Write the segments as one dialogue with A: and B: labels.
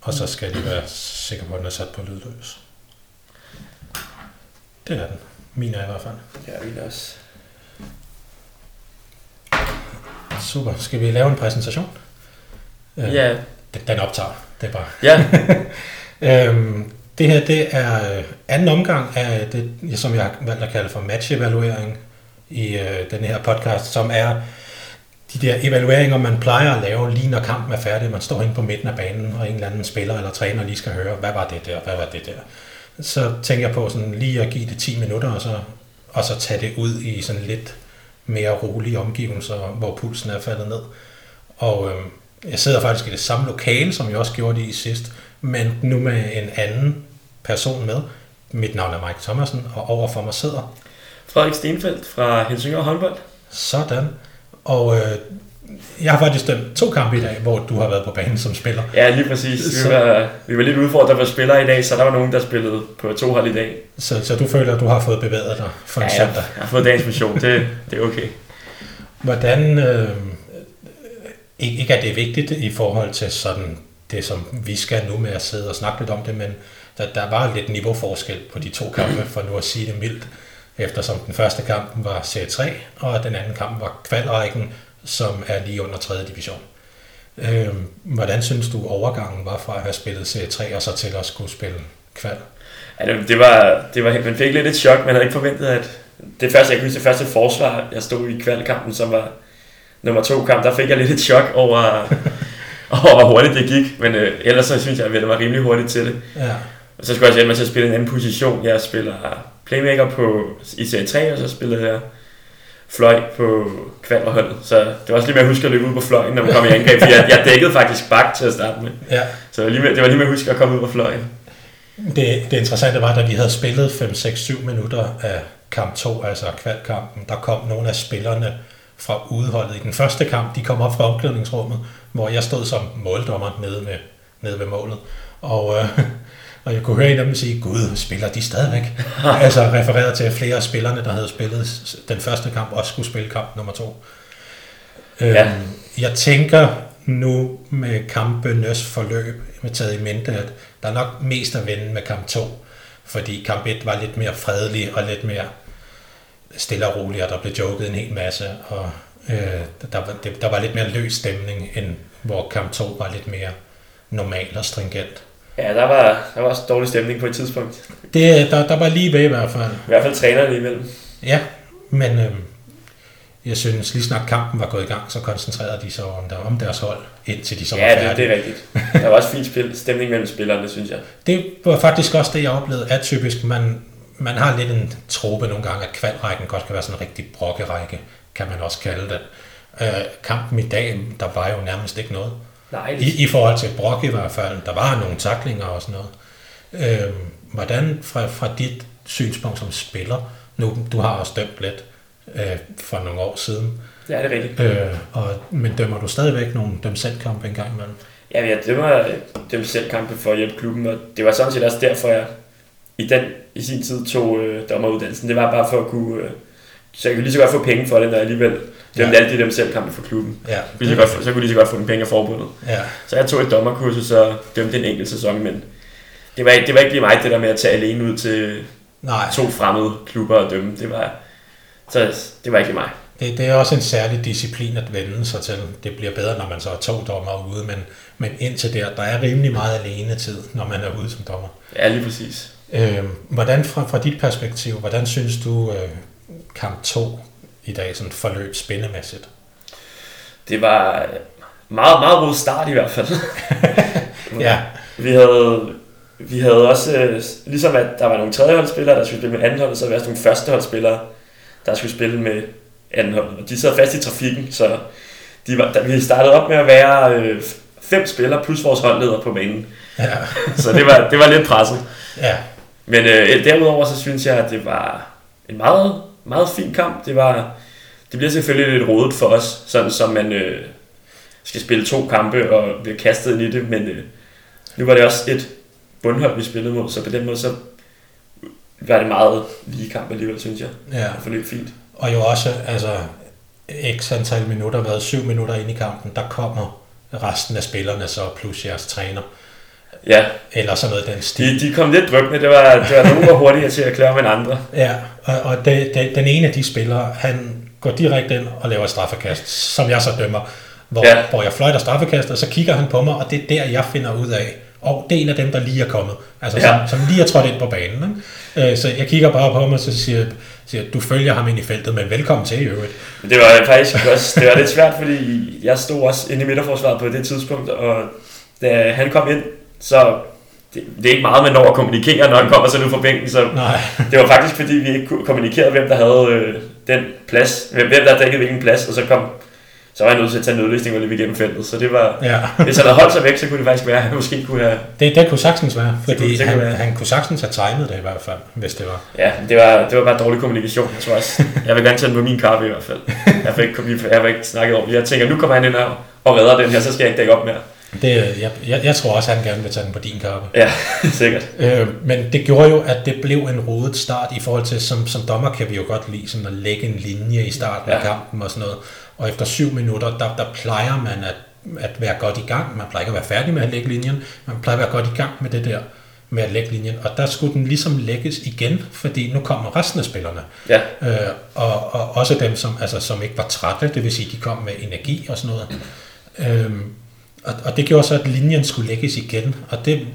A: og så skal de være sikre på, at den er sat på lydløs. Det er den. Min er i hvert fald.
B: Ja, min også.
A: Super. Skal vi lave en præsentation?
B: Ja.
A: Den optager. Det er bare...
B: Ja.
A: Det her, det er anden omgang af det, som jeg har valgt at kalde for match-evaluering i den her podcast, som er de der evalueringer, man plejer at lave lige når kampen er færdig. Man står inde på midten af banen, og en eller anden spiller eller træner lige skal høre, hvad var det der? Så tænker jeg på sådan lige at give det 10 minutter, og så tage det ud i sådan lidt mere rolige omgivelser, hvor pulsen er faldet ned. Og jeg sidder faktisk i det samme lokale, som jeg også gjorde det i sidst, men nu med en anden person med. Mit navn er Mike Thomasen, og overfor mig sidder
B: Frederik Stenfeldt fra Helsingør Håndbold.
A: Sådan. Og jeg har faktisk dømt 2 kampe i dag, hvor du har været på banen som spiller.
B: Ja, lige præcis. Vi var lidt udfordret for spillere i dag, så der var nogen, der spillede på 2 hold i dag.
A: Så du føler, at du har fået bevæget dig for en søndag?
B: Jeg har fået dagens mission. Det er okay.
A: Hvordan... Ikke at det er vigtigt i forhold til sådan det, som vi skal nu med at sidde og snakke lidt om det, men der var lidt niveauforskel på de 2 kampe, for nu at sige det mildt, eftersom den første kamp var Serie 3, og den anden kamp var kvalrækken, som er lige under 3. division. Hvordan synes du overgangen var fra at have spillet Serie 3 og så til at skulle spille kval?
B: Ja, det var man fik lidt et chok. Man havde ikke forventet, at det første forsvar, jeg stod i kvalkampen, som var nummer 2 kamp, der fik jeg lidt et chok over hvor hurtigt det gik, men ellers så synes jeg, at jeg var rimelig hurtigt til det. Ja. Og så skulle jeg hjemme til at spille en anden position. Jeg spiller playmaker i Serie 3, og så spillede jeg fløj på kvalderholdet. Så det var også lige med at huske at løbe ud på fløjen, når man kom i angreb, fordi jeg dækkede faktisk bak til at starte med. Ja. Så det var lige med at huske at komme ud på fløjen.
A: Det interessante var, da vi havde spillet 5-6-7 minutter af kamp 2, altså kvalkampen, der kom nogle af spillerne fra udholdet i den første kamp. De kom op fra omklædningsrummet, hvor jeg stod som måldommer nede ved målet. Og jeg kunne høre en af dem sige, gud, spiller de stadigvæk? Altså refereret til flere af spillerne, der havde spillet den første kamp, også skulle spille kamp nummer 2. Ja. Jeg tænker nu med kampenes forløb, med taget i mente, at der er nok mest at vinde med kamp 2, fordi kamp 1 var lidt mere fredelig og lidt mere stille og roligt, og der blev joket en hel masse, og der var lidt mere løs stemning, end hvor kamp 2 var lidt mere normal og stringent.
B: Ja, der var også dårlig stemning på et tidspunkt.
A: Der var lige ved i hvert fald.
B: I hvert fald trænerne imellem.
A: Ja, men jeg synes lige snart kampen var gået i gang, så koncentrerede de sig om deres hold, indtil de så var færdige.
B: Ja, det er rigtigt. Der var også fint stemning mellem spillerne, synes jeg.
A: Det var faktisk også det, jeg oplevede atypisk. Man har lidt en trope nogle gange, at kvalrækken godt kan være sådan en rigtig brokkerække, kan man også kalde det. Kampen i dag, der var jo nærmest ikke noget.
B: Nej,
A: I forhold til brok i hvert fald. Der var nogle tacklinger og sådan noget. Hvordan fra dit synspunkt som spiller, nu du har også dømt lidt for nogle år siden.
B: Ja, det er rigtigt.
A: Men dømmer du stadigvæk nogle dømt selvkampe en gang imellem?
B: Ja, jeg dømmer dømt selvkampe for at hjælpe klubben, og det var sådan set også derfor, jeg i sin tid tog dommeruddannelsen. Det var bare for at kunne... så jeg kunne lige så godt få penge for det, når jeg alligevel dømte alle de dem selvkampe for klubben. Ja. Så kunne jeg lige så godt få en penge af forbundet. Ja. Så jeg tog et dommerkursus og dømte en enkelt sæson, men det var ikke lige mig, det der med at tage alene ud til 2 fremmede klubber og dømme. Det var ikke mig.
A: Det er også en særlig disciplin at vende sig til. Det bliver bedre, når man så er 2 dommer ude, men indtil der er rimelig meget alenetid, når man er ude som dommer.
B: Ja, lige præcis.
A: Hvordan fra dit perspektiv, hvordan synes du kamp 2 i dag sådan forløb spændemæssigt?
B: Det var meget, meget god start i hvert fald.
A: Ja.
B: Vi havde også, ligesom at der var nogle tredjeholdsspillere, der skulle spille med andenholdet, så var der også nogle førsteholdsspillere, der skulle spille med andenholdet. Og de sad fast i trafikken, så vi startede op med at være 5 spillere plus vores holdleder på banen. Ja. Så det var lidt presset. Ja. Men derudover så synes jeg, at det var en meget, meget fin kamp. Det bliver selvfølgelig lidt rodet for os, sådan som man skal spille 2 kampe og bliver kastet ind i det, men nu var det også et bundhold, vi spillede mod, så på den måde så var det meget lige kamp alligevel, synes jeg. Ja. Det forløb fint.
A: Og jo også, altså x antal minutter, 7 minutter ind i kampen, der kommer resten af spillerne så plus jeres træner.
B: Ja.
A: Eller sådan noget den stil.
B: De kom lidt drøbende, det var nogen, der var hurtigere til at klare end andre.
A: Ja, og den ene af de spillere, han går direkte ind og laver straffekast, som jeg så dømmer, hvor jeg fløjter straffekast, og så kigger han på mig, og det er der, jeg finder ud af, og det er en af dem, der lige er kommet, altså som lige er trådt ind på banen. Ikke? Så jeg kigger bare på ham, og så siger du følger ham ind i feltet, men velkommen til i øvrigt.
B: Det var faktisk også, det var lidt svært, fordi jeg stod også inde i midterforsvaret på det tidspunkt, og da han kom ind, så det er ikke meget, man når at kommunikere, når han kommer sådan ud fra bænken, så
A: nej. Det
B: var faktisk fordi, vi ikke kunne kommunikere, hvem der havde den plads, hvem der dækkede hvilken plads, og så var jeg nødt til at tage nødløsning og løbe igennem feltet, så det var, hvis han havde holdt sig væk, så kunne det faktisk være, at han måske kunne have...
A: Det kunne sagtens være, fordi han kunne sagtens have timet det i hvert fald, hvis det var.
B: Ja, det var bare dårlig kommunikation, jeg tror også. Jeg vil gerne tage den på min kappe i hvert fald. Jeg har ikke snakket over. Jeg tænker, nu kommer han ind her og redder den her, så skal jeg ikke dække op mere.
A: Jeg tror også, at han gerne vil tage den på din kappe.
B: Ja, sikkert.
A: Men det gjorde jo, at det blev en rodet start i forhold til, som dommer kan vi jo godt lide, sådan at lægge en linje i starten af kampen og sådan noget. Og efter 7 minutter, der plejer man at være godt i gang. Man plejer ikke at være færdig med at lægge linjen. Man plejer at være godt i gang med det der med at lægge linjen. Og der skulle den ligesom lægges igen, fordi nu kommer resten af spillerne.
B: Ja.
A: Og også dem, som ikke var trætte, det vil sige, de kom med energi og sådan noget. Og det gjorde så, at linjen skulle lægges igen. Og det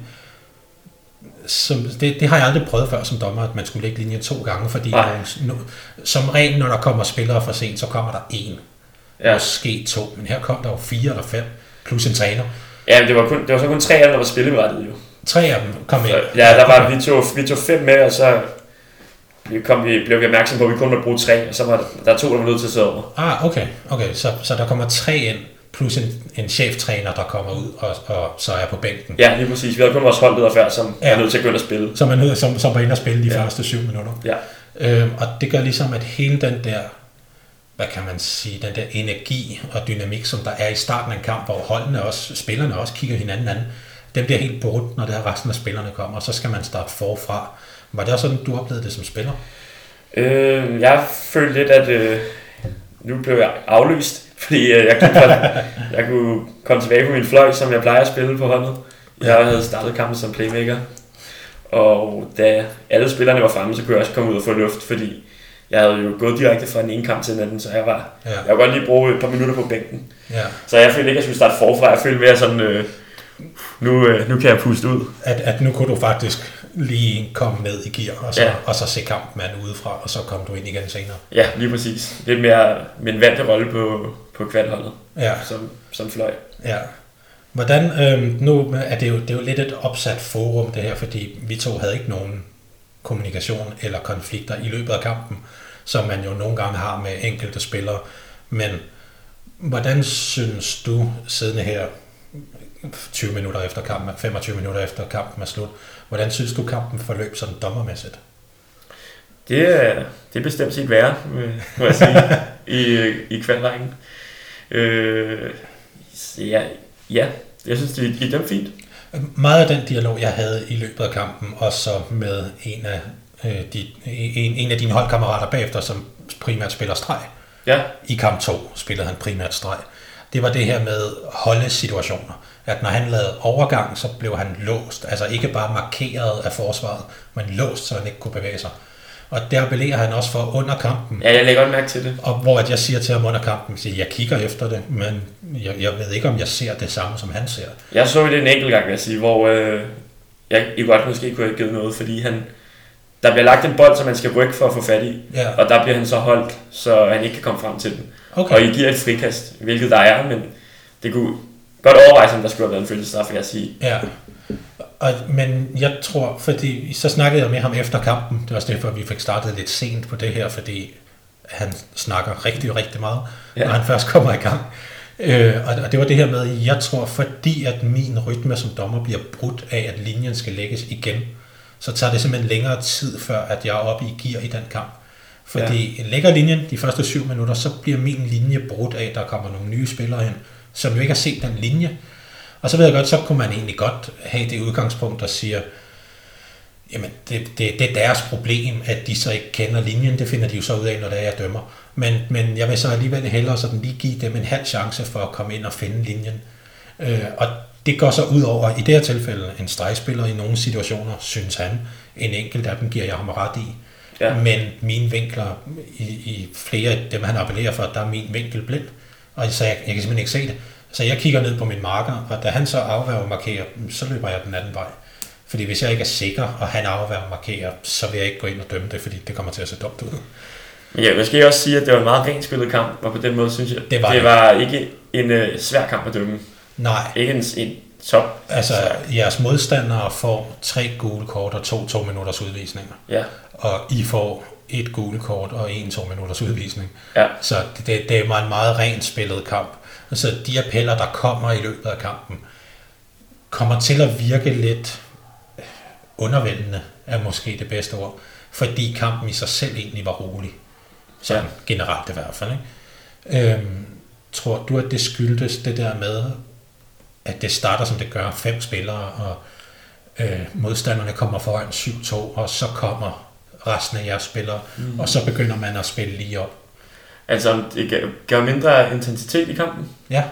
A: har jeg aldrig prøvet før som dommer, at man skulle lægge linjen 2 gange, fordi som regel, når der kommer spillere for sent, så kommer der 1. Ja. Måske 2, men her kom der jo 4 eller 5, plus en træner.
B: Ja, det var så kun 3 af dem, der var spilleberettiget jo.
A: 3 af dem kom ind.
B: Ja, der var, vi tog 5 med, og så blev vi opmærksom på, at vi kun måtte bruge 3, og så var der 2, der var nødt til at sidde over.
A: Okay. Så der kommer 3 ind, plus en cheftræner, der kommer ud og så er på bænken.
B: Ja, lige præcis. Vi havde kun vores holdleder før, som er nødt til at gå ind og spille.
A: Som var inde og spille de første 7 minutter.
B: Ja.
A: Og det gør ligesom, at hele den der, hvad kan man sige, den der energi og dynamik, som der er i starten af en kamp, hvor spillerne også kigger hinanden an, den bliver helt brudt, når det er resten af spillerne kommer, og så skal man starte forfra. Var det også sådan, du oplevede det som spiller?
B: Jeg følte lidt, at nu blev jeg aflyst, fordi jeg kunne komme tilbage på min fløj, som jeg plejer at spille på holdet. Jeg havde startet kampen som playmaker, og da alle spillerne var fremme, så kunne jeg også komme ud og få luft, fordi jeg havde jo gået direkte fra den ene kamp til den anden, så jeg kunne godt lige bruge et par minutter på bænken. Ja. Så jeg følte ikke, at jeg skulle starte forfra. Jeg følte mere sådan, nu kan jeg puste ud.
A: At nu kunne du faktisk lige komme ned i gear, og så se kampen udefra, og så kom du ind igen senere.
B: Ja, lige præcis. Det er mere min vante rolle på kvalholdet, som fløj.
A: Ja. Hvordan, nu er det er jo lidt et opsat forum det her, fordi vi to havde ikke nogen kommunikation eller konflikter i løbet af kampen, som man jo nogle gange har med enkelte spillere. Men hvordan synes du, siddende her 20 minutter efter kampen, 25 minutter efter kampen er slut, hvordan synes du kampen forløb sådan dommermæssigt?
B: Det er bestemt set værre, må jeg sige, i kvalrækken. Ja, jeg synes, det gik dem fint.
A: Meget af den dialog, jeg havde i løbet af kampen, og så med en af dine holdkammerater bagefter, som primært spiller streg. Ja. I kamp 2 spillede han primært streg. Det var det her med holdesituationer. At når han lavede overgang, så blev han låst. Altså ikke bare markeret af forsvaret, men låst, så han ikke kunne bevæge sig. Og der appellerer han også for under kampen.
B: Ja, jeg lægger godt mærke til det.
A: Og hvor jeg siger til ham under kampen, at jeg kigger efter det, men jeg ved ikke, om jeg ser det samme, som han ser.
B: Jeg så det en enkelt gang, vil jeg sige, hvor jeg godt måske kunne have givet noget, fordi der bliver lagt en bold, som man skal rykke for at få fat i, og der bliver han så holdt, så han ikke kan komme frem til den. Okay. Og I giver et frikast, hvilket der er, men det kunne godt overveje, om der skulle have været en følgestraf, vil jeg sige.
A: Ja. Men jeg tror, fordi så snakkede jeg med ham efter kampen, det var også derfor, vi fik startet lidt sent på det her, fordi han snakker rigtig, rigtig meget, når han først kommer i gang. Og det var det her med, jeg tror, fordi at min rytme som dommer bliver brudt af, at linjen skal lægges igen, så tager det simpelthen længere tid, før at jeg er oppe i gear i den kamp. Fordi lægger linjen de første 7 minutter, så bliver min linje brudt af, der kommer nogle nye spillere hen, som jo ikke har set den linje. Og så ved jeg godt, så kunne man egentlig godt have det udgangspunkt, der siger, jamen det er deres problem, at de så ikke kender linjen, det finder de jo så ud af, når det er, jeg dømmer. Men jeg vil så alligevel hellere sådan lige give dem en halv chance for at komme ind og finde linjen. Og det går så ud over, i det her tilfælde, en stregspiller i nogle situationer, synes han. En enkelt af dem giver jeg ham ret i. Ja. Men mine vinkler, i flere af dem, han appellerer for, der er min vinkel blind. Og så jeg kan simpelthen ikke se det. Så jeg kigger ned på min marker, og da han så afværger markerer, så løber jeg den anden vej. Fordi hvis jeg ikke er sikker, og han afværger markerer, så vil jeg ikke gå ind og dømme det, fordi det kommer til at se dumt ud.
B: Men ja, måske også sige, at det var en meget rent spillet kamp, og på den måde synes jeg, det var ikke en svær kamp at dømme.
A: Nej.
B: Ikke en top.
A: Altså, jeres modstandere får 3 gule kort og 2 minutters udvisninger.
B: Ja.
A: Og I får 1 gule kort og 2 minutters udvisning.
B: Ja.
A: Så det var en meget rent spillet kamp. Så de appeller, der kommer i løbet af kampen, kommer til at virke lidt undervældende, er måske det bedste ord, fordi kampen i sig selv egentlig var rolig. Sådan generelt i hvert fald. Ikke? Tror du, at det skyldtes det der med, at det starter, som det gør, 5 spillere, og modstanderne kommer foran 7-2, og så kommer resten af jeres spillere, og så begynder man at spille lige op?
B: Altså, det gav mindre intensitet i kampen?
A: Ja.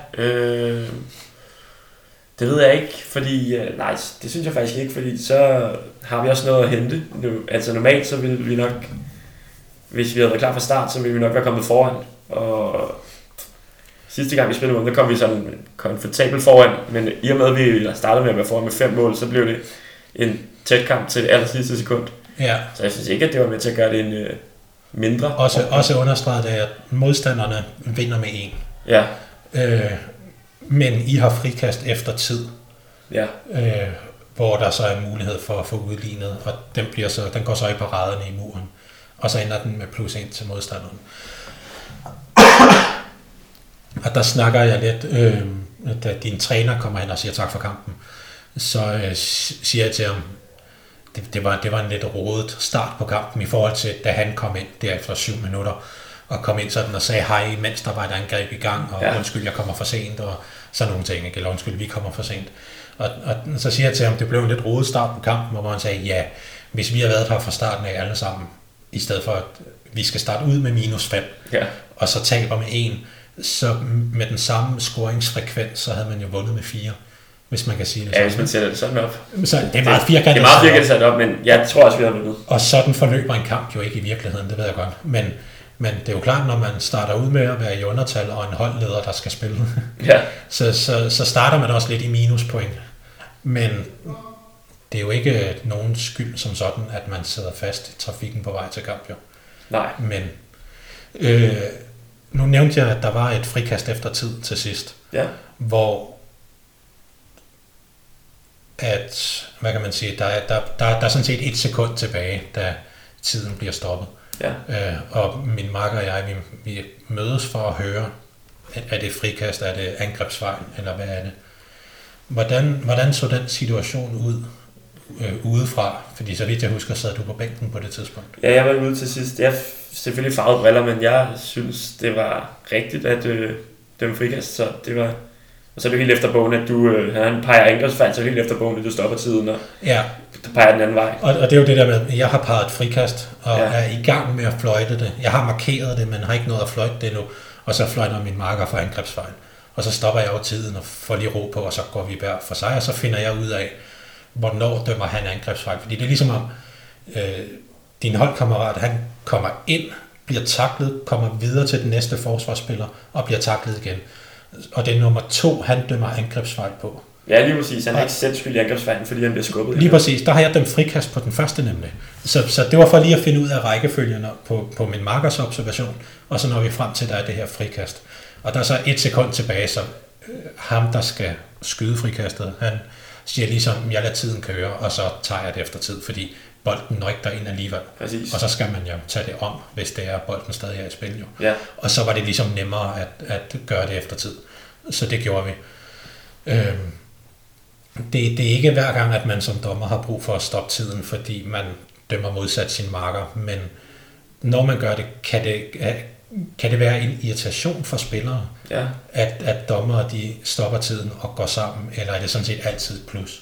B: Det ved jeg ikke, fordi nej, det synes jeg faktisk ikke, fordi så har vi også noget at hente. Altså normalt, så ville vi nok, hvis vi havde været klar fra start, så ville vi nok være kommet foran. Og sidste gang vi spillede, der kom vi sådan komfortabelt foran, men i og med, at vi startede med at være foran med 5 mål, så blev det en tæt kamp til det aller sidste sekund. Ja. Så jeg synes ikke, at det var med til at gøre det en mindre.
A: Også understreget det, at modstanderne vinder med 1.
B: Ja.
A: Men I har frikast efter tid,
B: ja.
A: Hvor der så er mulighed for at få udlignet, og den går så i paraderne i muren, og så ender den med +1 til modstanderen. Og der snakker jeg lidt, da din træner kommer ind og siger tak for kampen, så siger jeg til ham, det var en lidt rodet start på kampen i forhold til, da han kom ind der efter 7 minutter, og kom ind sådan og sagde hej, mens der var et angreb i gang, og undskyld, jeg kommer for sent, og sådan nogle ting, eller undskyld, vi kommer for sent. Og så siger jeg til ham, det blev en lidt rodet start på kampen, hvor han sagde, ja, hvis vi har været her fra starten af alle sammen, i stedet for at vi skal starte ud med -5, og så taber med 1, så med den samme scoringsfrekvens, så havde man jo vundet med 4, hvis man kan sige det sådan.
B: Ja, hvis man sætter det sådan op.
A: Så det er meget firkantet.
B: Det er meget firkantet sat op, men jeg tror også, vi har vundet.
A: Og sådan forløber en kamp jo ikke i virkeligheden, det ved jeg godt. Men det er jo klart, når man starter ud med at være i undertal, og en holdleder, der skal spille, så starter man også lidt i minuspoint. Men det er jo ikke nogen skyld som sådan, at man sidder fast i trafikken på vej til kamp, jo.
B: Nej.
A: Men nu nævnte jeg, at der var et frikast efter tid til sidst, hvor at, hvad kan man sige, der er sådan set 1 sekund tilbage, da tiden bliver stoppet.
B: Ja.
A: Og min makker og jeg, vi mødes for at høre, er det frikast, er det angrebsfejl, eller hvad er det? Hvordan så den situation ud udefra? Fordi så vidt jeg husker, sad du på bænken på det tidspunkt.
B: Ja, jeg var ude til sidst. Jeg har selvfølgelig farvet briller, men jeg synes, det var rigtigt at dømme frikast, så det var... Og så er det helt efter bogen, at han peger angrebsfejl, så er det helt efter bogen, at du stopper tiden, og du peger den anden vej.
A: Og det er jo det der med, at jeg har peget et frikast, og er i gang med at fløjte det. Jeg har markeret det, men har ikke nået at fløjte det endnu, og så fløjter min marker for angrebsfejl. Og så stopper jeg jo tiden og får lige ro på, og så går vi hver for sig, og så finder jeg ud af, hvornår dømmer han angrebsfejl. Fordi det er ligesom om, din holdkammerat, han kommer ind, bliver taklet, kommer videre til den næste forsvarsspiller, og bliver taklet igen. Og det er nummer 2, han dømmer angrebsfejl på.
B: Ja, lige præcis. Han er ikke selv skyld i angrebsfejlen, fordi han bliver skubbet.
A: Lige præcis. Der har jeg dømt frikast på den første nemlig. Så det var for lige at finde ud af rækkefølgen på min markers observation, og så når vi frem til, at der er det her frikast. Og der er så 1 sekund tilbage, så ham, der skal skyde frikastet, han siger ligesom, jeg lader tiden køre, og så tager jeg det efter tid, fordi bolden når ikke derind alligevel.
B: Præcis.
A: Og så skal man jo tage det om, hvis det er bolden stadig er i spil. Jo.
B: Ja.
A: Og så var det ligesom nemmere at gøre det efter tid. Så det gjorde vi. Det er ikke hver gang, at man som dommer har brug for at stoppe tiden, fordi man dømmer modsat sin marker, men når man gør det, kan det være en irritation for spillere, at dommere de stopper tiden og går sammen, eller er det sådan set altid plus?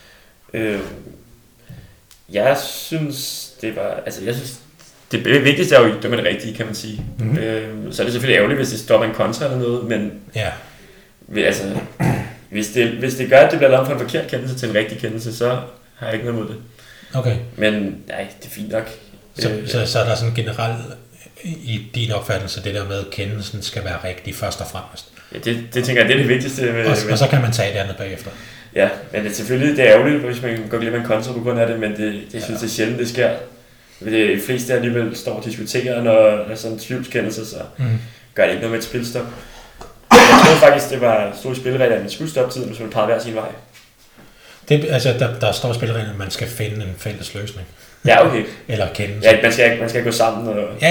B: Jeg synes, det vigtigste er jo, at dømme det rigtige, kan man sige. Så er det selvfølgelig ærgerligt, hvis det stopper en kontra eller noget, men altså, Hvis det gør, at det bliver lavet for en forkert kendelse til en rigtig kendelse, så har jeg ikke noget mod det.
A: Okay.
B: Men nej, det er fint nok.
A: Så er der sådan generelt i din opfattelse, det der med, at kendelsen skal være rigtig først og fremmest.
B: Ja, det tænker jeg, det er det vigtigste.
A: Og så kan man tage det andet bagefter.
B: Ja, men selvfølgelig, det er ærgerligt, hvis man går glip af en kontra på grund af det, men det synes jeg sjældent, det sker. De fleste alligevel står og diskuterer, når der er sådan en tvivlskendelse, så gør det ikke noget med et spilstop. Jeg tror faktisk, det var stod i spillereglerne, at man skulle stoppe tiden, hvis man pegede hver sin vej.
A: Der står i spillereglerne, at man skal finde en fælles løsning.
B: Ja, okay.
A: Eller kendelse.
B: Ja, man skal gå sammen.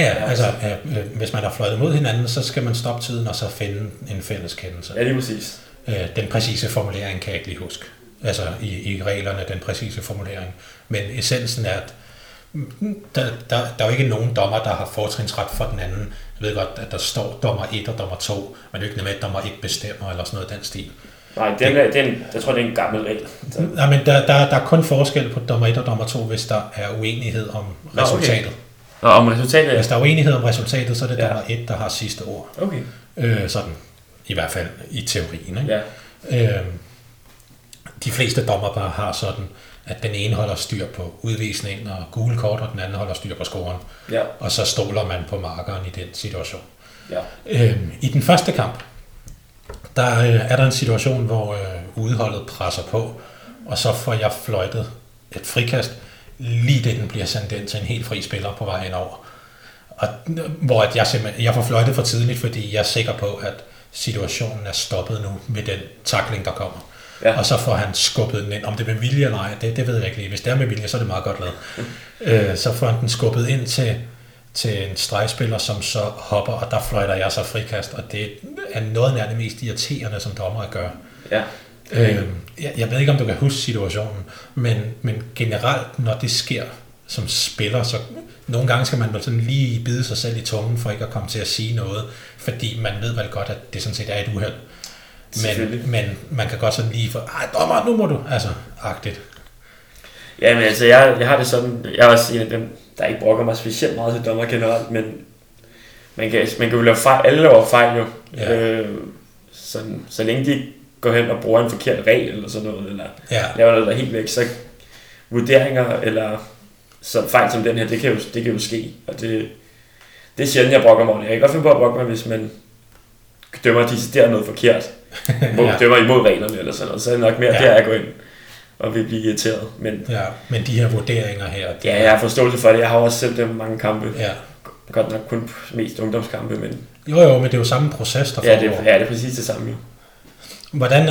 A: Hvis man har fløjtet mod hinanden, så skal man stoppe tiden og så finde en fælles kendelse.
B: Ja, lige præcis.
A: Den præcise formulering kan jeg ikke lige huske. Altså i reglerne, den præcise formulering. Men essensen er, at der er jo ikke nogen dommer, der har fortrinsret for den anden. Jeg ved godt, at der står dommer 1 og dommer 2, men det er ikke noget med, at dommer 1 bestemmer eller sådan noget den stil.
B: Nej, jeg tror, det er en gammel regel.
A: Nej, men der er kun forskel på dommer 1 og dommer 2, hvis der er uenighed om resultatet.
B: Nå, om resultatet, ja.
A: Hvis der er uenighed om resultatet, så er det dommer 1, der har sidste ord.
B: Okay.
A: Sådan, i hvert fald i teorien. Ikke?
B: Ja.
A: De fleste dommer har sådan, at den ene holder styr på udvisningen og gule kort, og den anden holder styr på scoren.
B: Ja.
A: Og så stoler man på markeren i den situation.
B: Ja.
A: I den første kamp, der er der en situation, hvor udholdet presser på, og så får jeg fløjtet et frikast, lige det den bliver sendt ind til en helt fri spiller på vejen over. Og hvor at jeg får fløjtet for tidligt, fordi jeg er sikker på, at situationen er stoppet nu med den tackling, der kommer. Ja. Og så får han skubbet den ind. Om det er med vilje eller ej, det ved jeg ikke lige. Hvis det er med vilje, så er det meget godt lavet. Så får han den skubbet ind til en stregspiller, som så hopper, og der fløjter jeg så frikast, og det er noget af det mest irriterende, som dommer at gøre.
B: Ja.
A: Jeg ved ikke, om du kan huske situationen, men generelt, når det sker som spiller, så nogle gange skal man vel sådan lige bide sig selv i tungen, for ikke at komme til at sige noget, fordi man ved vel godt, at det sådan set er et uheld. Men man kan godt sådan lige få, dommer, nu må du, altså, agtigt.
B: Ja, men altså, jeg har det sådan, jeg er også en af dem, der ikke brokker mig specielt meget til dommer generelt, men man kan jo lave fejl, alle laver fejl jo. Ja. Så længe de går hen og bruger en forkert regel eller sådan noget, eller laver noget der helt væk, så vurderinger eller så fejl som den her, det kan jo ske, og det er sjældent, jeg brokker mig. Jeg kan godt finde på at brokke mig, hvis man dømmer decideret noget forkert, dømmer imod reglerne eller sådan noget, så er det nok mere der, jeg går ind og vil blive irriteret.
A: Men de her vurderinger her...
B: Ja, jeg har forståelse for det. Jeg har også selv dem mange kampe.
A: Ja.
B: Godt nok kun mest ungdomskampe, men...
A: Jo, men det er jo samme proces, der foregår.
B: Ja, det er præcis det samme jo.
A: Hvordan...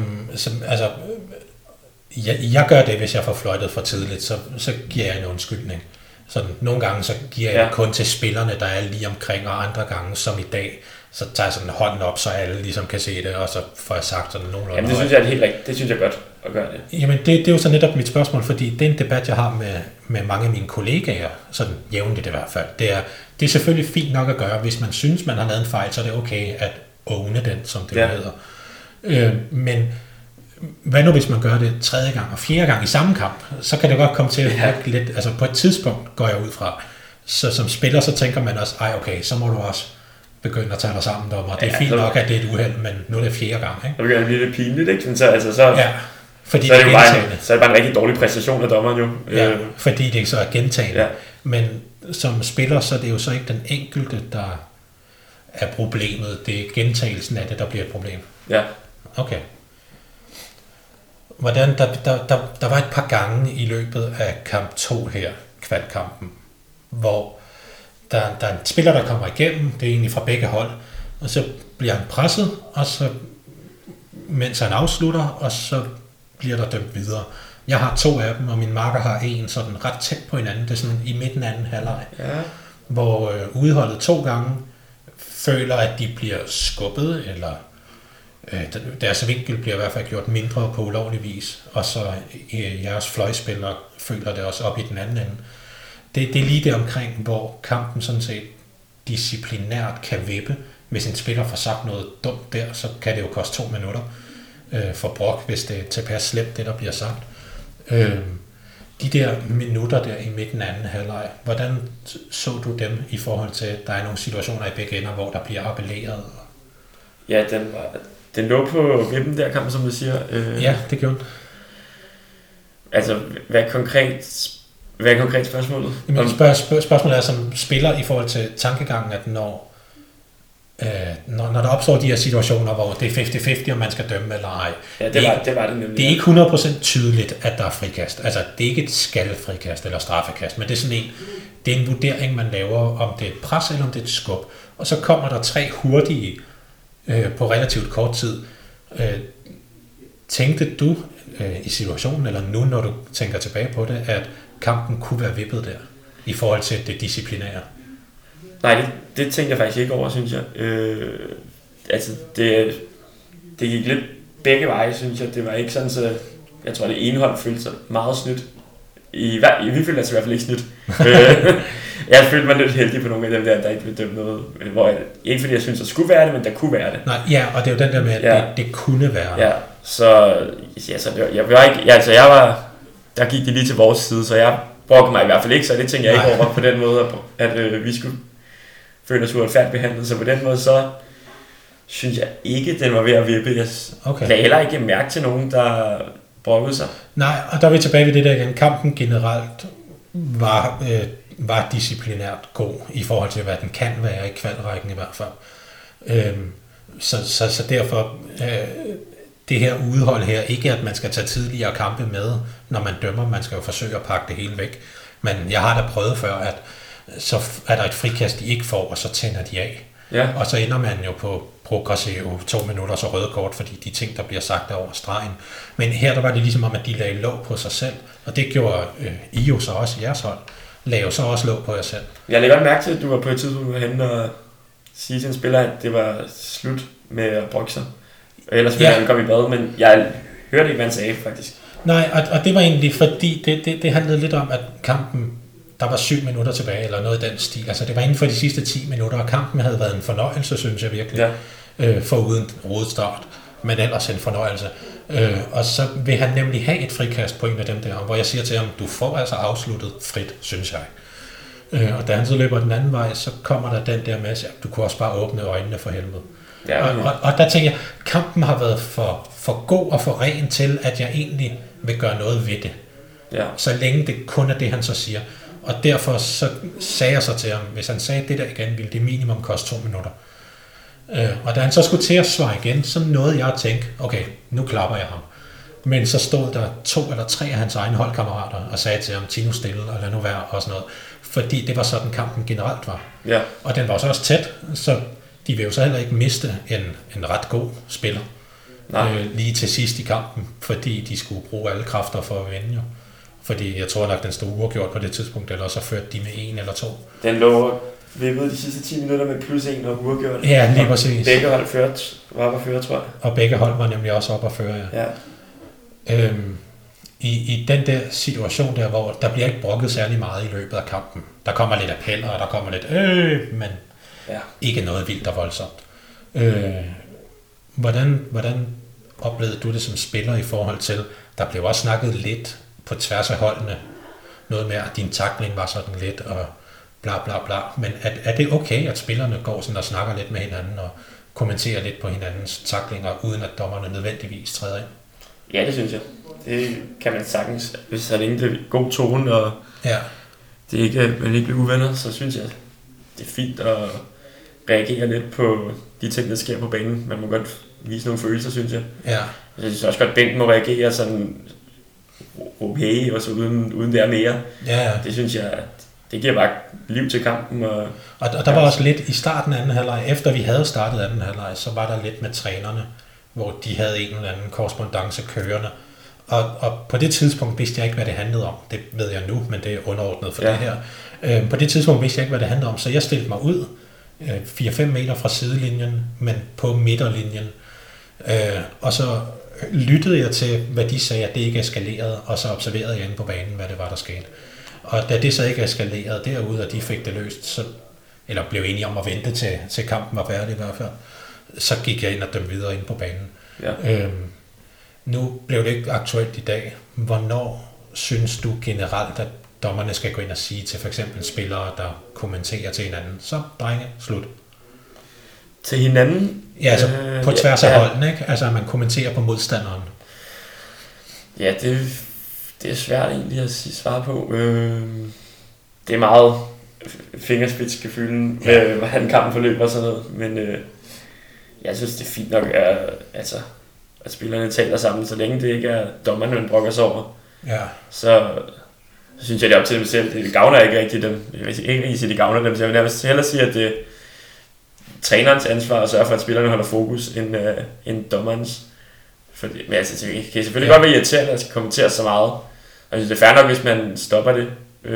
A: jeg gør det, hvis jeg får fløjtet for tidligt, så giver jeg en undskyldning. Sådan, nogle gange så giver jeg det kun til spillerne, der er lige omkring, og andre gange, som i dag, så tager jeg sådan hånden op, så alle ligesom kan se det, og så får jeg sagt sådan nogenlunde.
B: Jamen det synes jeg er helt rigtigt. Det synes jeg godt at gøre det.
A: Jamen det er jo så netop mit spørgsmål, fordi det er en debat, jeg har med mange af mine kollegaer, sådan jævnligt i hvert fald. Det er selvfølgelig fint nok at gøre, hvis man synes, man har lavet en fejl, så er det okay at owne den, som det hedder. Men hvad nu hvis man gør det 3. gang og 4. gang i samme kamp, så kan det godt komme til at virke lidt, altså på et tidspunkt går jeg ud fra, så som spiller, så tænker man også, okay, så må du også begynde at tage dig sammen, dommer. Det er fint nok, at det er et uheld, men nu er det 4. gang, ikke?
B: Så begynder det blive lidt pinligt, ikke?
A: Fordi
B: så er det bare en rigtig dårlig præstation af dommeren jo.
A: Ja, fordi det ikke så er gentagende. Ja. Men som spiller, så er det jo så ikke den enkelte, der er problemet. Det er gentagelsen af det, der bliver et problem.
B: Ja.
A: Okay. Hvordan, der var et par gange i løbet af kamp 2 her, kvalkampen, hvor der er en spiller, der kommer igennem, det er egentlig fra begge hold, og så bliver han presset, og så mens han afslutter, og så bliver der dømt videre. Jeg har 2 af dem, og min marker har en sådan ret tæt på hinanden, det er sådan i midten af anden halvleg, hvor udholdet 2 gange føler, at de bliver skubbet, eller deres vinkel bliver i hvert fald gjort mindre på ulovlig vis, og så jeres fløjspillere føler det også op i den anden ende. Det er lige det omkring, hvor kampen sådan set disciplinært kan vippe. Hvis en spiller får sagt noget dumt der, så kan det jo koste 2 minutter for brok, hvis det er tilpas slemt, det der bliver sagt. De der minutter der i midten af anden halvleg, hvordan så du dem i forhold til, at der er nogle situationer i begge ender, hvor der bliver appelleret?
B: Ja, Den lå på vippen der kamp, som du siger.
A: Ja, det gjorde den.
B: Altså, hvad er konkret spørgsmålet?
A: Jamen, spørgsmålet er som spiller i forhold til tankegangen, at når der opstår de her situationer, hvor det er 50-50, om man skal dømme eller ej.
B: Ja, det var det nemlig.
A: Det er ikke 100% tydeligt, at der er frikast. Altså, det er ikke et skal-frikast eller straffekast, men det er sådan det er en vurdering, man laver, om det er et pres eller om det er et skub. Og så kommer der 3 hurtige på relativt kort tid. Tænkte du i situationen, eller nu, når du tænker tilbage på det, at kampen kunne være vippet der, i forhold til det disciplinære?
B: Nej, det tænkte jeg faktisk ikke over, synes jeg. Altså, det gik lidt begge veje, synes jeg. Det var ikke sådan, så jeg tror, det ene hold følte sig meget snydt. Vi følte altså i hvert fald ikke snydt. Jeg følte mig lidt heldig på nogle af dem der ikke blev dømt noget. Ikke fordi jeg synes, der skulle være det, men der kunne være det.
A: Nej, ja, og det er jo den der med, at det kunne være.
B: Ja, så der gik det lige til vores side, så jeg brugte mig i hvert fald ikke, så det tænkte jeg ikke over på den måde, at vi skulle føle os uretfærdigt behandlet. Så på den måde, så synes jeg ikke, den var ved at vippe. Jeg lagde heller ikke mærke til nogen, der brokkede sig.
A: Nej, og der er vi tilbage ved det der igen. Kampen generelt var disciplinært god i forhold til, hvad den kan være i kvalrækken i hvert fald. Så derfor det her udhold her, ikke at man skal tage tidligere kampe med, når man dømmer, man skal jo forsøge at pakke det hele væk. Men jeg har da prøvet før, at så er der et frikast, de ikke får, og så tænder de af.
B: Ja.
A: Og så ender man jo på progressive 2 minutter så røde kort, fordi de ting, der bliver sagt, er over stregen. Men her der var det ligesom om, at de lagde låg på sig selv, og det gjorde I jo så også, jeres hold, lagde jo så også låg på jer selv. Jeg
B: lægger godt mærke til, at du var på et tidspunkt henne og sige til en spiller, at det var slut med at brokke sig. Ellers ville han komme i bad, men jeg hørte ikke, hvad han sagde faktisk.
A: Nej, og det var egentlig fordi, det handlede lidt om, at kampen, der var 7 minutter tilbage, eller noget i den stil. Altså det var inden for de sidste 10 minutter, og kampen havde været en fornøjelse, synes jeg virkelig. Ja. Foruden rodestart, men ellers en fornøjelse. Og så vil han nemlig have et frikast på en af dem der, hvor jeg siger til ham, du får altså afsluttet frit, synes jeg. Og da han så løber den anden vej, så kommer der den der med, at du kunne også bare åbne øjnene for helvede. Ja. Og der tænker jeg, kampen har været for god og for ren til, at jeg egentlig vil gøre noget ved det. Ja. Så længe det kun er det, han så siger. Og derfor så sagde jeg så til ham, hvis han sagde det der igen, ville det minimum koste 2 minutter. Og da han så skulle til at svare igen, så nåede jeg at tænke, okay, nu klapper jeg ham. Men så stod der 2 eller 3 af hans egne holdkammerater og sagde til ham, Tino stille og lad nu være og sådan noget. Fordi det var sådan kampen generelt var. Ja. Og den var også tæt, så de vil jo så heller ikke miste en ret god spiller lige til sidst i kampen, fordi de skulle bruge alle kræfter for at vinde jo. Fordi jeg tror nok, den stod uafgjort på det tidspunkt, eller så førte de med 1 eller 2.
B: Den lå vippede de sidste 10 minutter med +1 og uafgjort.
A: Ja, lige præcis.
B: Begge hold var oppe at føre, tror jeg.
A: Og begge hold var nemlig også oppe at føre, ja. I den der situation der, hvor der bliver ikke brokket særlig meget i løbet af kampen. Der kommer lidt appeller, og der kommer lidt men ikke noget vildt og voldsomt. Hvordan oplevede du det som spiller i forhold til, der blev også snakket lidt på tværs af holdene, noget med, at din tackling var sådan lidt, og bla bla bla, men er det okay, at spillerne går sådan og snakker lidt med hinanden, og kommenterer lidt på hinandens tacklinger, uden at dommerne nødvendigvis træder ind?
B: Ja, det synes jeg. Det kan man sagtens, hvis der er en god tone, og det ikke, man ikke bliver uvenner, så synes jeg, det er fint at reagere lidt på de ting, der sker på banen. Man må godt vise nogle følelser, synes jeg. Ja. Jeg synes også godt, at bænken må reagere sådan okay, og så uden det er mere. Ja. Det synes jeg, det giver bare liv til kampen.
A: Og der var også lidt i starten af anden halvleg, efter vi havde startet anden halvleg, så var der lidt med trænerne, hvor de havde en eller anden korrespondance kørende. Og på det tidspunkt vidste jeg ikke, hvad det handlede om. Det ved jeg nu, men det er underordnet for det her. På det tidspunkt vidste jeg ikke, hvad det handlede om, så jeg stillede mig ud 4-5 meter fra sidelinjen, men på midterlinjen. Og så lyttede jeg til, hvad de sagde, at det ikke eskalerede, og så observerede jeg inde på banen, hvad det var, der skete. Og da det så ikke eskalerede derude, og de fik det løst, eller blev enige om at vente til kampen var færdig i hvert fald, så gik jeg ind og dømte videre ind på banen. Ja. Nu blev det ikke aktuelt i dag. Hvornår synes du generelt, at dommerne skal gå ind og sige til for eksempel spillere, der kommenterer til hinanden, så drenge, slut?
B: Til hinanden?
A: Ja, altså på tværs af holdene, ikke? Altså at man kommenterer på modstanderen.
B: Ja, det er svært egentlig at svare på. Det er meget fingerspidsgefylden, hvordan kampen forløber og sådan noget, men jeg synes, det er fint nok, at spillerne taler sammen, så længe det ikke er dommerne, man brokker sig over.
A: Ja.
B: Så synes jeg, det er op til dem selv. Det gavner ikke rigtig dem. Jeg vil ikke sige, at det gavner dem. Så jeg vil nærmest hellere sige, at det er trænerens ansvar at sørge for, at spillerne holder fokus, end dommerens. Fordi, men altså, det kan selvfølgelig godt være irriterende, at jeg skal kommentere så meget. Altså, det er fair nok, hvis man stopper det.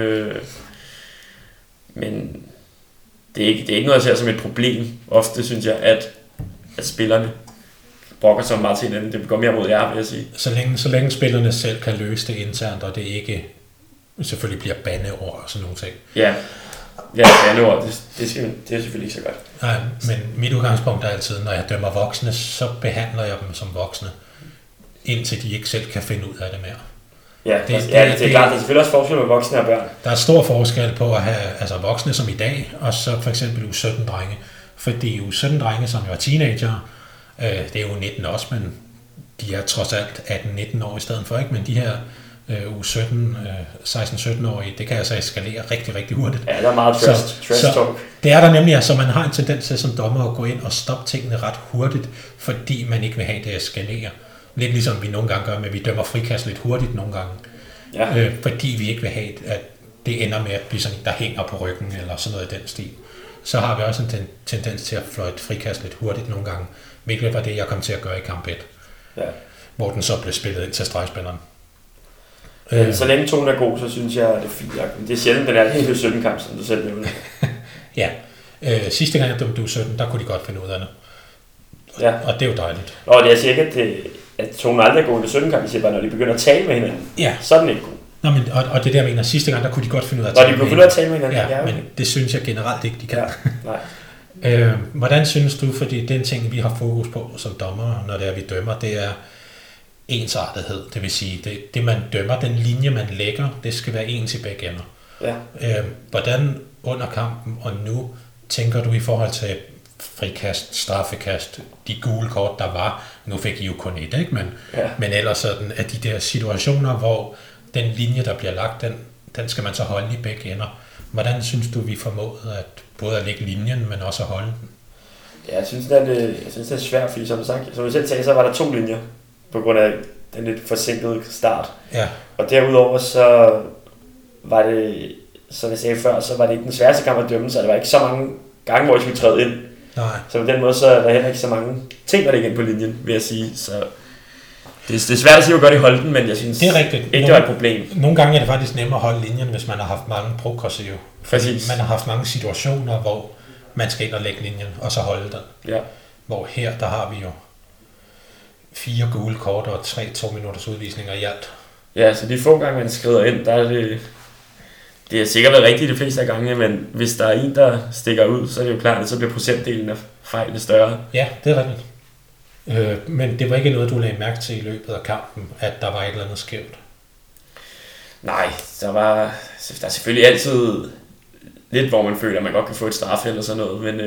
B: Men det er ikke noget, jeg ser som et problem. Ofte synes jeg, at spillerne brokker sig meget til hinanden. Det går mere mod jer, vil jeg sige.
A: Så længe spillerne selv kan løse det internt, og det ikke selvfølgelig bliver bandeord og sådan nogle ting.
B: Ja, bandeord, det er selvfølgelig ikke så godt.
A: Nej, men mit udgangspunkt er altid, når jeg dømmer voksne, så behandler jeg dem som voksne, indtil de ikke selv kan finde ud af det mere.
B: Ja, det er klart. Der er selvfølgelig også forskel på voksne og børn.
A: Der er stor forskel på at have voksne som i dag, og så for eksempel U17-drenge. Fordi U17-drenge, som jo er teenager, det er jo 19 også, men de er trods alt 18-19 år i stedet for, ikke? Men de her U17, 16-17-årige, det kan altså eskalere rigtig, rigtig hurtigt.
B: Ja, der er meget trash talk.
A: Det er der nemlig, altså man har en tendens til som dommer at gå ind og stoppe tingene ret hurtigt, fordi man ikke vil have det eskalere. Lidt ligesom vi nogle gange gør, men vi dømmer frikast lidt hurtigt nogle gange. Ja. Fordi vi ikke vil have, at det ender med at blive sådan, der hænger på ryggen, eller sådan noget i den stil. Så har vi også en tendens til at fløjte frikast lidt hurtigt nogle gange, hvilket var det, jeg kom til at gøre i kamp 1. Ja. Hvor den så blev spillet ind til stregspilleren.
B: Så længe tonen er god, så synes jeg, det er fint. Det er sjældent, den er helt 17-kamp, som du selv nævnte.
A: Ja. Sidste gang jeg dømte U17, der kunne de godt finde ud af det. Ja. Og det er jo dejligt.
B: Og jeg siger ikke, at tonen aldrig er god i 17-kamp, jeg siger bare, når de begynder at tale med hinanden, så er den ikke god.
A: Nå, men, og det der, jeg mener, sidste gang, der kunne de godt finde ud af at
B: tale med hinanden. Når de kunne finde ud af at tale med hinanden,
A: ja, okay. Men det synes jeg generelt ikke, de kan.
B: Ja, nej.
A: Hvordan synes du, fordi den ting, vi har fokus på som dommer, når det er, vi dømmer, det er ensartethed. Det vil sige, det man dømmer, den linje, man lægger, det skal være ens i begge ender. Ja. Hvordan under kampen og nu tænker du i forhold til frikast, straffekast, de gule kort, der var, nu fik I jo kun et, ikke? Men ellers sådan, at de der situationer, hvor den linje, der bliver lagt, den skal man så holde i begge ender. Hvordan synes du, vi formåede at både at lægge linjen, men også at holde den?
B: Ja, jeg synes, det er svært, fordi som du selv sagde, så var der 2 linjer, på grund af den lidt forsinkede start. Ja. Og derudover så var det, som jeg sagde før, så var det ikke den sværeste kamp at dømme, så der var ikke så mange gange, hvor jeg skulle træde ind. Nej. Så på den måde, så er der heller ikke så mange ting, der ligger ind på linjen, vil jeg sige. Så det er svært at sige, hvor godt I holdt den, men jeg synes det er rigtigt. Ikke, det var et problem.
A: Nogle gange er det faktisk nemmere at holde linjen, hvis man har haft mange progressive. Præcis. Man har haft mange situationer, hvor man skal ind og lægge linjen, og så holde den. Ja. Hvor her, der har vi jo 4 gule kort og 2 minutters udvisninger i alt.
B: Ja, så de få gange, man skrider ind, der er det er sikkert været rigtigt de fleste af gangene, men hvis der er en, der stikker ud, så er det jo klart, at så bliver procentdelen af fejlene større.
A: Ja, det er rigtigt. Men det var ikke noget, du lagde mærke til i løbet af kampen, at der var et eller andet skævt?
B: Nej, der er selvfølgelig altid lidt, hvor man føler, at man godt kan få et straf eller sådan noget, men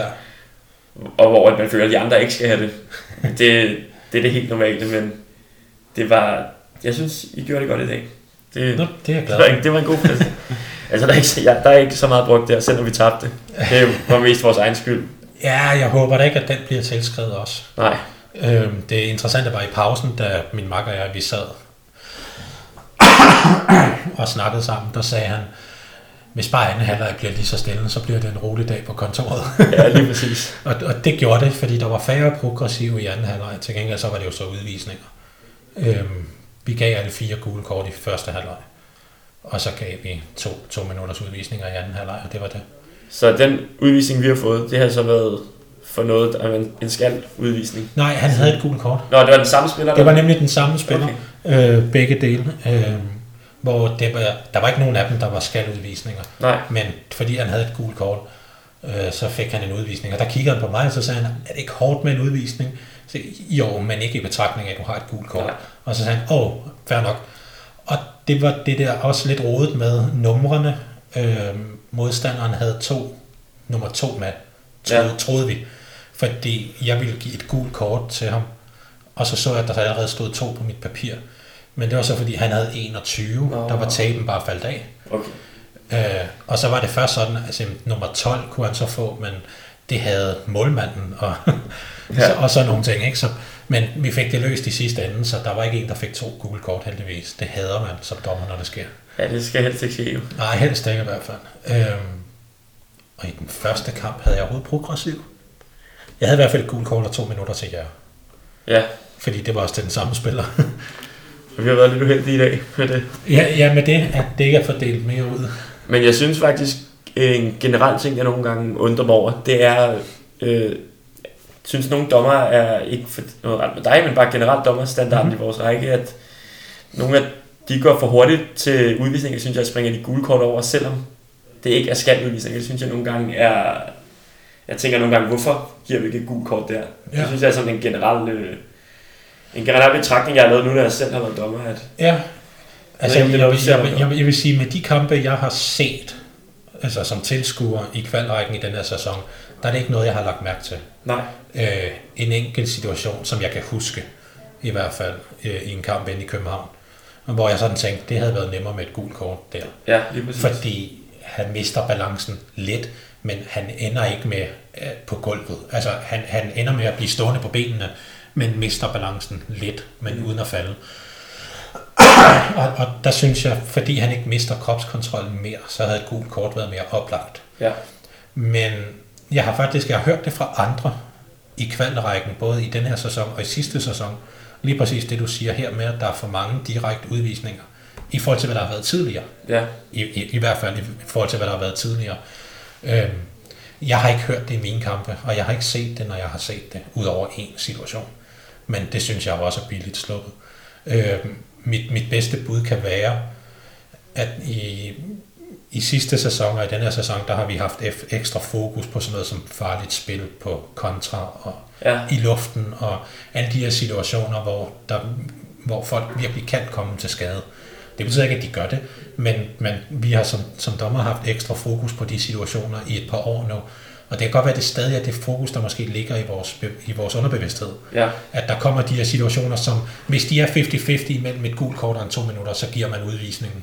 B: og hvor man føler, at de andre ikke skal have det. Det er det helt normale, men det var, jeg synes, I gjorde det godt i dag.
A: Det er jeg glad.
B: Det var en god plads. Altså, der er ikke så meget brugt der, selvom vi tabte. Det var mest vores egen skyld.
A: Ja, jeg håber da ikke, at den bliver tilskrevet også.
B: Nej.
A: Det interessante var i pausen, da min makker og jeg, vi sad og snakkede sammen, der sagde han, hvis bare anden halvleg bliver lige så stille, så bliver det en rolig dag på kontoret.
B: Ja, lige præcis.
A: og det gjorde det, fordi der var færre progressive i anden halvleg. Til gengæld så var det jo så udvisninger. Vi gav alle 4 gule kort i første halvleg, og så gav vi 2 minutters udvisninger i anden halvleg, og det var det.
B: Så den udvisning, vi har fået, det har så været for noget, der er en skal-udvisning?
A: Nej, han havde et gult kort.
B: Nå, det var den samme spiller?
A: Det var nemlig den samme spiller, okay. Begge dele. Hvor der var ikke nogen af dem, der var skal-udvisninger. Nej. Men fordi han havde et gult kort, så fik han en udvisning. Og der kiggede han på mig, og så sagde han, er det ikke hårdt med en udvisning? Så, jo, men ikke i betragtning af, at du har et gult kort. Nej. Og så sagde han, fair nok. Og det var det der også lidt rodet med numrene. Modstanderen havde nummer 2 med, troede vi. fordi jeg ville give et gult kort til ham, og så jeg, at der allerede stod 2 på mit papir. Men det var så, fordi han havde 21, der var tapen bare faldet af.
B: Okay.
A: Og så var det først sådan, altså nummer 12 kunne han så få, men det havde målmanden og, og så nogle ting, ikke? Så, men vi fik det løst i sidste ende, så der var ikke en, der fik 2 gule kort heldigvis. Det hader man som dommer, når det sker.
B: Ja, det skal helst ikke ske jo.
A: Nej, helst ikke i hvert fald. Og i den første kamp havde jeg overhovedet progressiv. Jeg havde i hvert fald et gult kort og 2 minutter til jer.
B: Ja.
A: Fordi det var også til den samme spiller.
B: Vi har været lidt uheldige i dag med det.
A: Ja, med det, at det ikke er fordelt mere ud.
B: Men jeg synes faktisk, en generel ting, jeg nogle gange undrer mig over, det er, synes nogle dommer er ikke for noget ret med dig, men bare generelt dommerstandarden i vores række, at nogle af de går for hurtigt til udvisninger, synes jeg, springer de gule kort over, selvom det ikke er skaldudvisninger. Det synes jeg nogle gange er... Jeg tænker nogle gange, hvorfor giver vi ikke et gult kort der? Ja. Det synes jeg er sådan en generel betragtning, jeg har lavet nu, når jeg selv har været dommer. At
A: ja, altså jeg vil sige, med de kampe, jeg har set, altså som tilskuer i kvalrækken i den her sæson, der er det ikke noget, jeg har lagt mærke til.
B: Nej.
A: En enkelt situation, som jeg kan huske, i hvert fald i en kamp inde i København, hvor jeg sådan tænkte, det havde været nemmere med et gult kort der.
B: Ja, lige præcis.
A: Fordi han mister balancen lidt, men han ender ikke med på gulvet. Altså han ender med at blive stående på benene, men mister balancen lidt, men uden at falde. Og der synes jeg, fordi han ikke mister kropskontrollen mere, så havde et gult kort været mere oplagt.
B: Ja.
A: Men jeg har hørt det fra andre i kvalrækken, både i den her sæson og i sidste sæson. Lige præcis det, du siger her med, at der er for mange direkte udvisninger i forhold til, hvad der har været tidligere.
B: Ja.
A: I hvert fald i forhold til, hvad der har været tidligere. Jeg har ikke hørt det i mine kampe, og jeg har ikke set det, når jeg har set det, ud over en situation. Men det synes jeg også er billigt sluppet. Mit bedste bud kan være, at i sidste sæson og i den her sæson, der har vi haft ekstra fokus på sådan noget som farligt spil på kontra og i luften, og alle de her situationer, hvor folk virkelig kan komme til skade. Det betyder ikke, at de gør det, men vi har som dommer haft ekstra fokus på de situationer i et par år nu. Og det kan godt være, at det stadig er det fokus, der måske ligger i vores underbevidsthed. Ja. At der kommer de her situationer, som hvis de er 50-50 mellem et gult kort og en 2 minutter, så giver man udvisningen.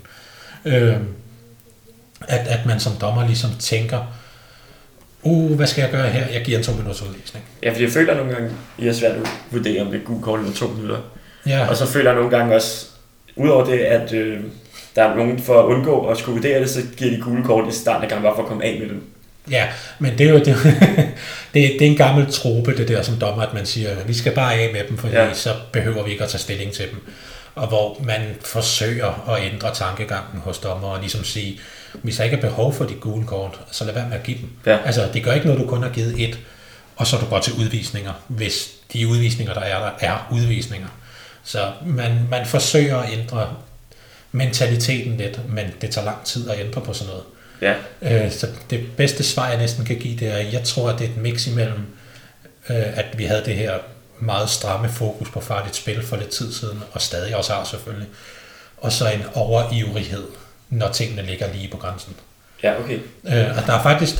A: At man som dommer ligesom tænker, hvad skal jeg gøre her? Jeg giver en 2 minutters udvisning.
B: Ja, fordi jeg føler nogle gange, I er svært at vurdere, om det er gult kort eller 2 minutter.
A: Ja.
B: Og så føler jeg nogle gange også, udover det, at der er nogen for at undgå at skulle vurdere det, så giver de gule kort i starten af gangen bare for at komme af med dem.
A: Ja, men det er jo det er en gammel trope, det der som dommer, at man siger, vi skal bare af med dem, fordi så behøver vi ikke at tage stilling til dem. Og hvor man forsøger at ændre tankegangen hos dommer og ligesom sige, hvis der ikke er behov for de gule kort, så lad være med at give dem. Ja. Altså, det gør ikke noget, du kun har givet et, og så du går til udvisninger, hvis de udvisninger, der er udvisninger. Så man forsøger at ændre mentaliteten lidt, men det tager lang tid at ændre på sådan noget. Ja. Så det bedste svar, jeg næsten kan give, det er, jeg tror, at det er et mix imellem, at vi havde det her meget stramme fokus på farligt spil for lidt tid siden, og stadig også har selvfølgelig, og så en overivrighed, når tingene ligger lige på grænsen.
B: Ja, okay.
A: Og der er faktisk,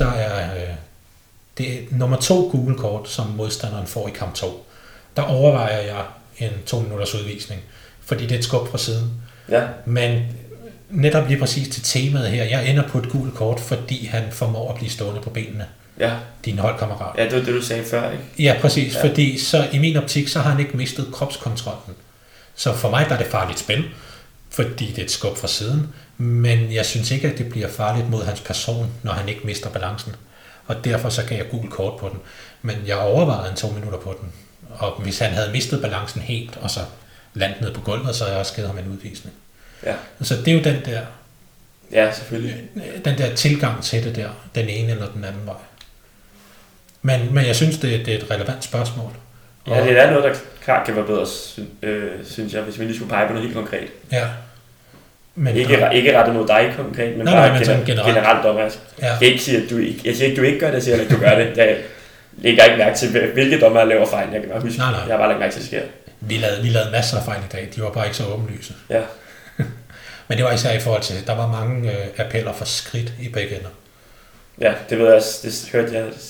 A: det er nummer 2 gule kort, som modstanderen får i kamp 2. Der overvejer jeg en 2 minutters udvisning, fordi det er et skub fra siden. Ja. Men netop lige præcis til temaet her, jeg ender på et gult kort, fordi han formår at blive stående på benene. Ja. Din holdkammerat.
B: Ja, det var det, du sagde før, ikke?
A: Ja, præcis, fordi så i min optik, så har han ikke mistet kropskontrollen. Så for mig der er det farligt spil, fordi det er et skub fra siden, men jeg synes ikke, at det bliver farligt mod hans person, når han ikke mister balancen. Og derfor så kan jeg gult kort på den. Men jeg overvejede en 2 minutter på den. Og hvis han havde mistet balancen helt, og så landet ned på gulvet, så havde jeg også givet ham en udvisning. Ja. Så det er jo den der...
B: Ja, selvfølgelig.
A: Den der tilgang til det der, den ene eller den anden vej. Men jeg synes, det er et relevant spørgsmål.
B: Ja, det er noget, der klart kan være bedre, synes jeg, hvis vi lige skulle pege på noget helt konkret.
A: Ja.
B: Men ikke rettet mod dig konkret, men bare generelt om, altså. Ja. Jeg siger ikke, du ikke gør det, jeg siger, at du gør det. Jeg lægger ikke mærke til, hvilke dommer laver fejl. Jeg kan bare huske, jeg har bare lagt mærke til, at det sker.
A: Vi lavede masser af fejl i dag, de var bare ikke så åbenlyse.
B: Ja.
A: Men det var især i forhold til, der var mange appeller for skridt i begge ender.
B: Ja, det ved jeg også, det hørte jeg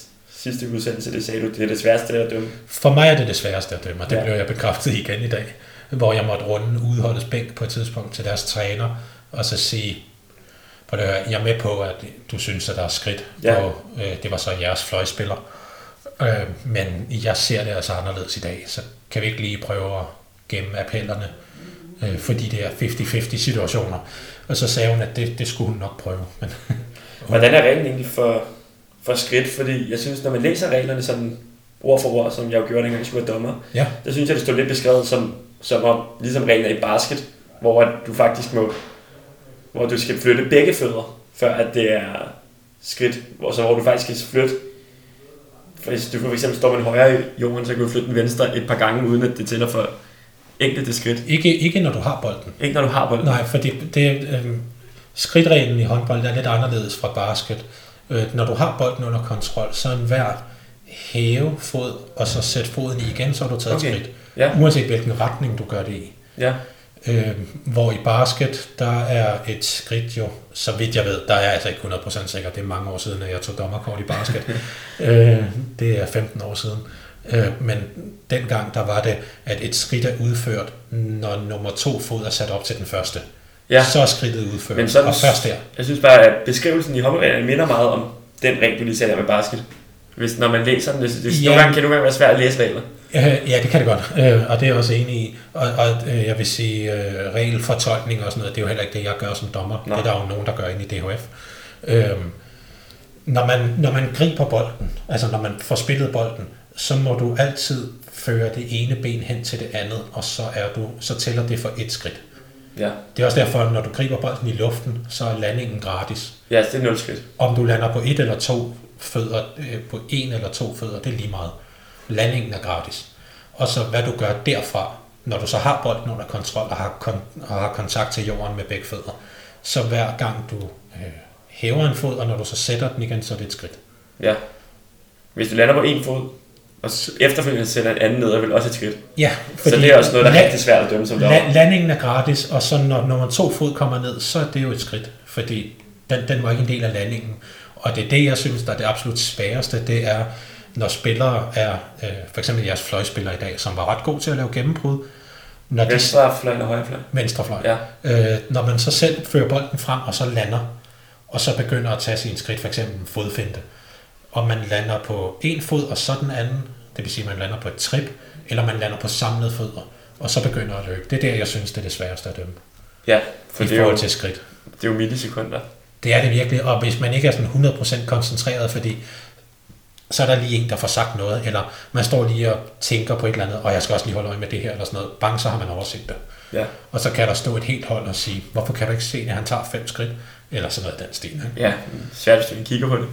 B: sidste udsendelse, det sagde du, det er det sværeste at dømme.
A: For mig er det sværeste at dømme, og det blev jeg bekræftet igen i dag, hvor jeg måtte runde udholdets bænk på et tidspunkt til deres træner, og så sige, jeg er med på, at du synes, at der er skridt på, det var så jeres fløjspiller, men jeg ser det altså anderledes i dag, så kan vi ikke lige prøve at gemme appellerne, fordi det er 50-50 situationer. Og så sagde hun, at det skulle hun nok prøve. Men
B: hvordan er reglen egentlig for skridt? Fordi jeg synes, når man læser reglerne sådan ord for ord, som jeg jo gjorde, dengang jeg skulle være dommer, der synes jeg, det står lidt beskrevet som om, ligesom reglerne i basket, hvor du faktisk hvor du skal flytte begge fødder, før at det er skridt, hvor du faktisk skal flytte. For hvis du for eksempel står med en højre i jorden, så kan du flytte den venstre et par gange, uden at det tæller for enkelte skridt.
A: Ikke når du har bolden.
B: Ikke når du har bolden?
A: Nej, fordi skridtreglen i håndbold er lidt anderledes fra basket. Når du har bolden under kontrol, så enhver hæve fod, og så sæt foden i igen, så har du taget et skridt. Ja. Uanset hvilken retning du gør det i. Ja. Hvor i basket, der er et skridt jo, så vidt jeg ved, der er altså ikke 100% sikker, det er mange år siden, at jeg tog dommerkort i basket. Det er 15 år siden. Men dengang, der var det, at et skridt er udført, når nummer 2 fod er sat op til den første. Ja. Så er skridtet udført, men sådan, og først der.
B: Jeg synes bare, at beskrivelsen i håndboldreglerne minder meget om den regel, du lige sagde der med basket. Når man læser den, nogle gange kan det være svært at læse regler.
A: Ja, det kan det godt, og det er jeg også enig i. Og jeg vil sige, regelfortolkning og sådan noget, det er jo heller ikke det, jeg gør som dommer. Nej. Det er der jo nogen, der gør inde i DHF. Når man griber bolden, altså når man får spillet bolden, så må du altid føre det ene ben hen til det andet, og så tæller det for et skridt. Ja. Det er også derfor, når du griber bolden i luften, så er landingen gratis.
B: Ja, det er 0 skridt.
A: Om du lander på 1 eller 2 fødder, på 1 eller 2 fødder, det er lige meget. Landingen er gratis. Og så hvad du gør derfra, når du så har bolden under kontrol og har kontakt til jorden med begge fødder, så hver gang du hæver en fod, og når du så sætter den igen, så er det et skridt. Ja.
B: Hvis du lander på en fod, og efterfølgende sætter en anden ned, er vel også et skridt.
A: Ja,
B: så det er også noget, der er rigtig svært at dømme som dommer.
A: Landingen er gratis, og så når nummer 2 fod kommer ned, så er det jo et skridt, fordi den var ikke en del af landingen. Og det er det, jeg synes, der er det absolut sværeste, det er, når spillere er, for eksempel jeres fløjspillere i dag, som var ret god til at lave gennembrud.
B: Venstrefløj eller højrefløj?
A: Venstrefløj. Ja. Når man så selv fører bolden frem, og så lander, og så begynder at tage sin skridt, for eksempel en fodfinte, og man lander på en fod, og så den anden, det vil sige, at man lander på et trip, eller man lander på samlede fødder, og så begynder at løbe. Det er der, jeg synes, det er det sværeste at dømme.
B: Ja, for
A: i forhold til skridt.
B: Det er jo millisekunder.
A: Det er det virkelig, og hvis man ikke er sådan 100% koncentreret, fordi så er der lige en, der får sagt noget, eller man står lige og tænker på et eller andet, og jeg skal også lige holde øje med det her, eller sådan noget. Bang, så har man overset det. Ja. Og så kan der stå et helt hold og sige, hvorfor kan du ikke se, at han tager 5 skridt, eller sådan noget den stil. Ikke?
B: Ja, svært hvis du kigger på det.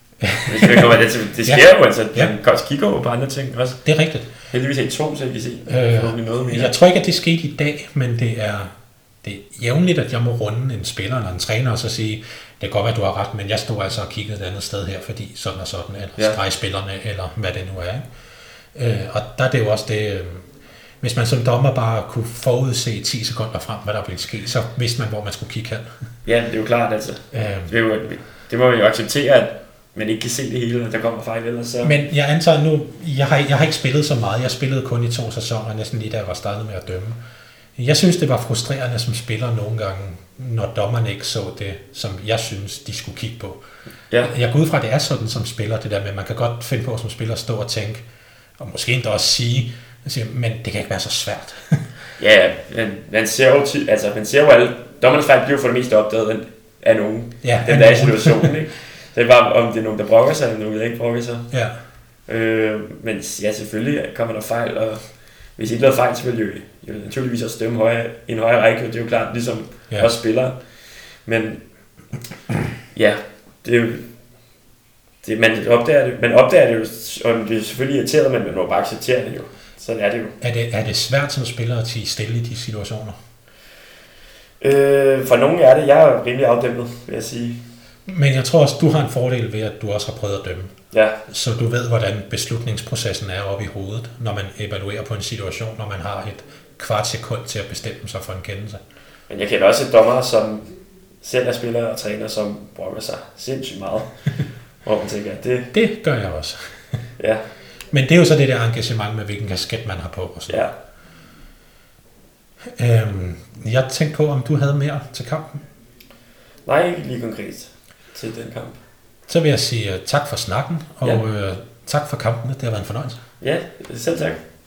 B: Det sker jo, altså. Man kan også kigge over på andre ting også.
A: Det er rigtigt.
B: Heldigvis er I 2, så I kan se noget mere.
A: Jeg tror ikke, at det skete i dag, men det er jævnligt, at jeg må runde en spiller eller en træner og så sige, det kan godt være, at du har ret, men jeg stod altså og kiggede et andet sted her, fordi sådan og sådan, eller stregspillerne, eller hvad det nu er. Ikke? Og der er det jo også det, hvis man som dommer bare kunne forudse 10 sekunder frem, hvad der ville ske, så vidste man, hvor man skulle kigge hen.
B: Ja, det er jo klart, altså. Det må vi jo acceptere, at man ikke kan se det hele, når der kommer fejl ellers. Så.
A: Men jeg antager nu, jeg har ikke spillet så meget, jeg spillede kun i 2 sæsoner, næsten lige da jeg var startet med at dømme. Jeg synes, det var frustrerende som spiller nogle gange, når dommerne ikke så det, som jeg synes, de skulle kigge på. Ja. Jeg går ud fra, at det er sådan som spiller, det der med, man kan godt finde på som spiller at stå og tænke, og måske endda også sige, men det kan ikke være så svært.
B: Ja, man ser jo alle, dommernes fejl bliver for det meste opdaget af nogen, den der situationen, ikke? Det er bare, om det er nogen, der brokker sig, eller nogen, der ikke brokker sig. Ja. Men ja, selvfølgelig kommer der fejl, og hvis I ikke lavede fejl, så vil jo naturligvis også stemme i en højere række, det er jo klart, ligesom også spillere. Men ja, det er jo, man opdager det jo, og det er selvfølgelig irriteret, men man må bare acceptere det jo. Sådan er det jo.
A: Er det svært som spiller at tie stille i de situationer?
B: For nogle er det. Jeg er rimelig afdæmpet, vil jeg sige.
A: Men jeg tror også, du har en fordel ved, at du også har prøvet at dømme.
B: Ja.
A: Så du ved, hvordan beslutningsprocessen er oppe i hovedet, når man evaluerer på en situation, når man har et kvart sekund til at bestemme sig for en kendelse.
B: Men jeg kender også et dommer, som selv er spiller og træner, som brokker sig sindssygt meget. Hvor man tænker,
A: det gør jeg også.
B: Ja.
A: Men det er jo så det der engagement med, hvilken kasket man har på. Og sådan.
B: Ja.
A: Jeg tænkte på, om du havde mere til kampen.
B: Nej, ikke lige konkret til den kamp.
A: Så vil jeg sige tak for snakken, og tak for kampene. Det har været en fornøjelse.
B: Ja, selv tak.